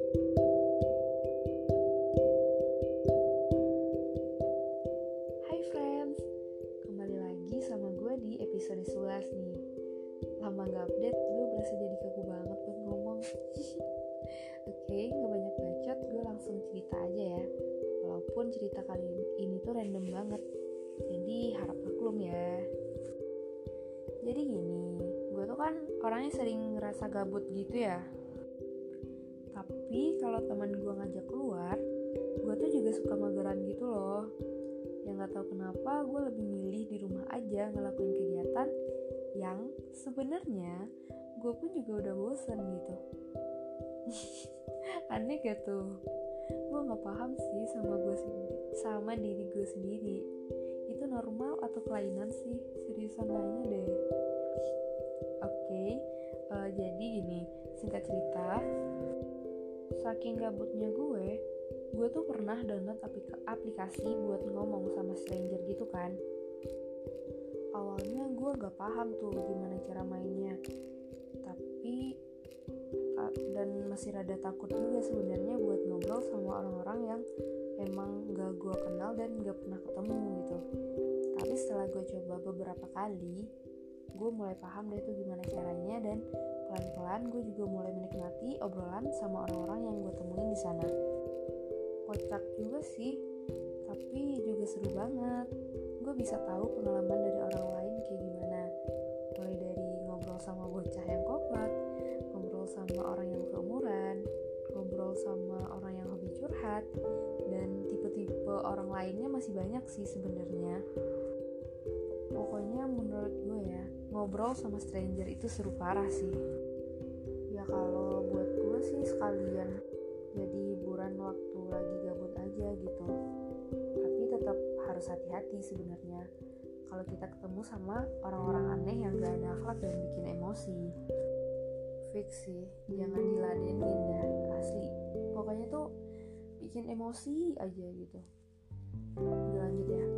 Hai friends, kembali lagi sama gue di episode 11 nih. Lama gak update, gue berasa jadi kaku banget buat ngomong. Oke, gak banyak bacot, gue langsung cerita aja ya. Walaupun cerita kali ini tuh random banget, jadi harap maklum ya. Jadi gini, gue tuh kan orangnya sering ngerasa gabut gitu ya. Tapi kalau teman gue ngajak keluar, gue tuh juga suka mageran gitu loh. Yang gak tahu kenapa gue lebih milih di rumah aja ngelakuin kegiatan yang sebenarnya gue pun juga udah bosen gitu. Aneh gak tuh? Gue gak paham sih sama diri gue sendiri. Itu normal atau kelainan sih? Seriusan nanya deh. Oke, jadi gini, singkat cerita, saking gabutnya gue tuh pernah download aplikasi buat ngomong sama stranger gitu kan. Awalnya gue gak paham tuh gimana cara mainnya, dan masih rada takut juga sebenarnya buat ngobrol sama orang-orang yang emang gak gue kenal dan gak pernah ketemu gitu. Tapi setelah gue coba beberapa kali, gue mulai paham deh tuh gimana caranya, dan pelan-pelan gue juga mulai menikmati obrolan sama orang-orang yang gue temuin di sana. Kocak juga sih, tapi juga seru banget. Gue bisa tahu pengalaman dari orang lain kayak gimana. Mulai dari ngobrol sama bocah yang kompak, ngobrol sama orang yang seumuran, ngobrol sama orang yang hobi curhat, dan tipe-tipe orang lainnya masih banyak sih sebenarnya. Pokoknya menurut gue ya, ngobrol sama stranger itu seru parah sih. Ya kalau buat gue sih sekalian jadi hiburan waktu lagi gabut aja gitu. Tapi tetap harus hati-hati sebenarnya kalau kita ketemu sama orang-orang aneh yang gak ada akhlak dan bikin emosi. Fix sih, jangan diladenin dah, asli. Pokoknya tuh bikin emosi aja gitu. Udah lanjut ya.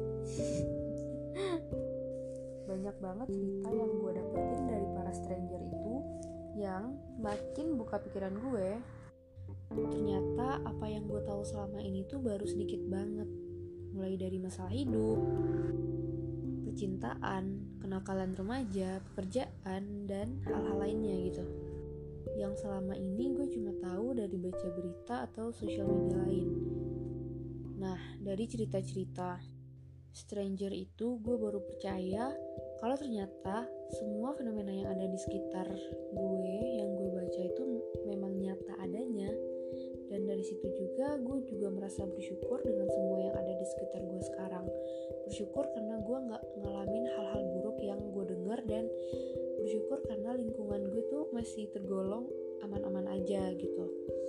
Banyak banget cerita yang gue dapetin dari para stranger itu yang makin buka pikiran gue. Ternyata apa yang gue tahu selama ini tuh baru sedikit banget. Mulai dari masalah hidup, percintaan, kenakalan remaja, pekerjaan, dan hal-hal lainnya gitu. Yang selama ini gue cuma tahu dari baca berita atau sosial media lain. Nah, dari cerita-cerita stranger itu gue baru percaya kalau ternyata semua fenomena yang ada di sekitar gue yang gue baca itu memang nyata adanya. Dan dari situ juga gue juga merasa bersyukur dengan semua yang ada di sekitar gue sekarang. Bersyukur karena gue gak ngalamin hal-hal buruk yang gue dengar, dan bersyukur karena lingkungan gue tuh masih tergolong aman-aman aja gitu.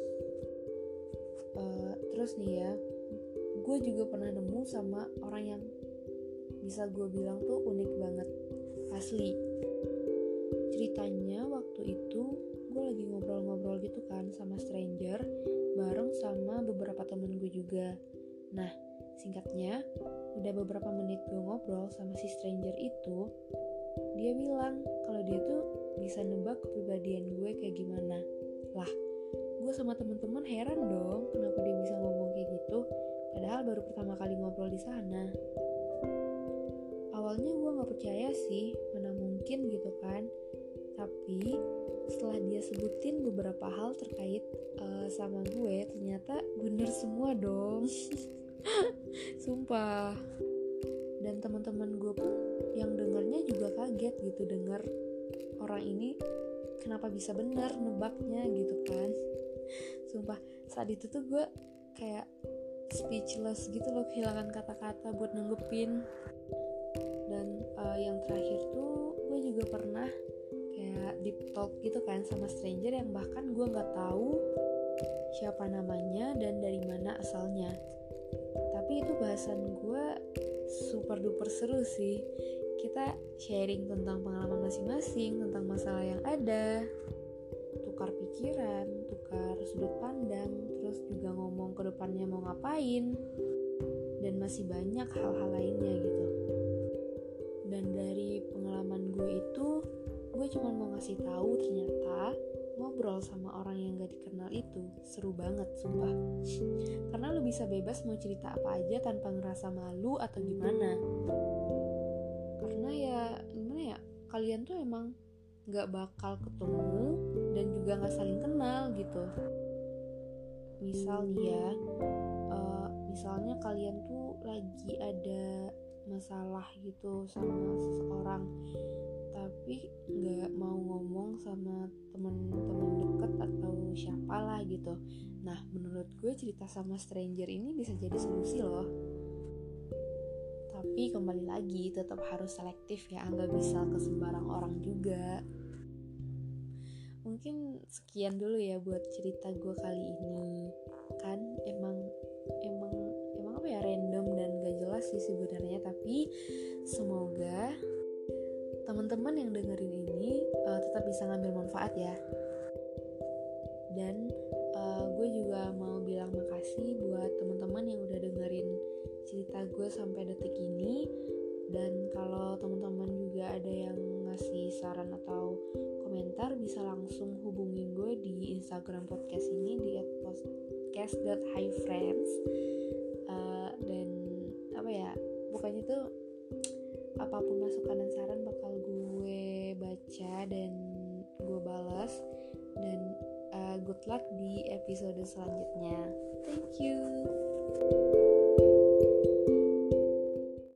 Terus nih ya, gue juga pernah nemu sama orang yang bisa gue bilang tuh unik banget, asli. Ceritanya waktu itu gue lagi ngobrol-ngobrol gitu kan sama stranger bareng sama beberapa temen gue juga. Nah, singkatnya, udah beberapa menit gue ngobrol sama si stranger itu, dia bilang kalau dia tuh bisa nebak kepribadian gue kayak gimana. Lah, gue sama temen-temen heran dong kenapa dia bisa ngomong kayak gitu, padahal baru pertama kali ngobrol di sana. Awalnya gue gak percaya sih, mana mungkin gitu kan. Tapi setelah dia sebutin beberapa hal terkait sama gue, ternyata bener semua dong. Sumpah. Dan teman-teman gue pun yang dengernya juga kaget gitu, denger orang ini kenapa bisa benar nebaknya gitu kan. Sumpah, saat itu tuh gue kayak speechless gitu loh, kehilangan kata-kata buat nanggepin. Dan yang terakhir tuh gue juga pernah kayak deep talk gitu kan sama stranger yang bahkan gue gak tahu siapa namanya dan dari mana asalnya. Tapi itu bahasan gue super duper seru sih. Kita sharing tentang pengalaman masing-masing, tentang masalah yang ada, tukar pikiran, tukar sudut pandang, terus juga ngomong ke depannya mau ngapain, dan masih banyak hal-hal lainnya gitu. Dan dari pengalaman gue itu, gue cuma mau ngasih tahu ternyata ngobrol ngobrol sama orang yang gak dikenal itu seru banget, sumpah. Karena lu bisa bebas mau cerita apa aja tanpa ngerasa malu atau gimana. Karena ya gimana ya, kalian tuh emang gak bakal ketemu dan juga gak saling kenal gitu. Misal nih ya, misalnya kalian tuh lagi ada masalah gitu sama seseorang, tapi nggak mau ngomong sama teman-teman deket atau siapalah gitu. Nah, menurut gue cerita sama stranger ini bisa jadi solusi loh. Tapi kembali lagi tetap harus selektif ya, nggak bisa ke sembarang orang juga. Mungkin sekian dulu ya buat cerita gue kali ini. Kan emang apa ya, random dan gak jelas sih sebenarnya, tapi semoga teman-teman yang dengerin ini tetap bisa ngambil manfaat ya. Dan gue juga mau bilang makasih buat teman-teman yang udah dengerin cerita gue sampai detik ini. Dan kalau teman-teman juga ada yang ngasih saran atau komentar, bisa langsung hubungin gue di Instagram podcast ini di @podcast.highfriends. Dan apa ya, pokoknya tuh apapun masukan dan saran bakal gue baca dan gue balas. Dan good luck di episode selanjutnya. Thank you.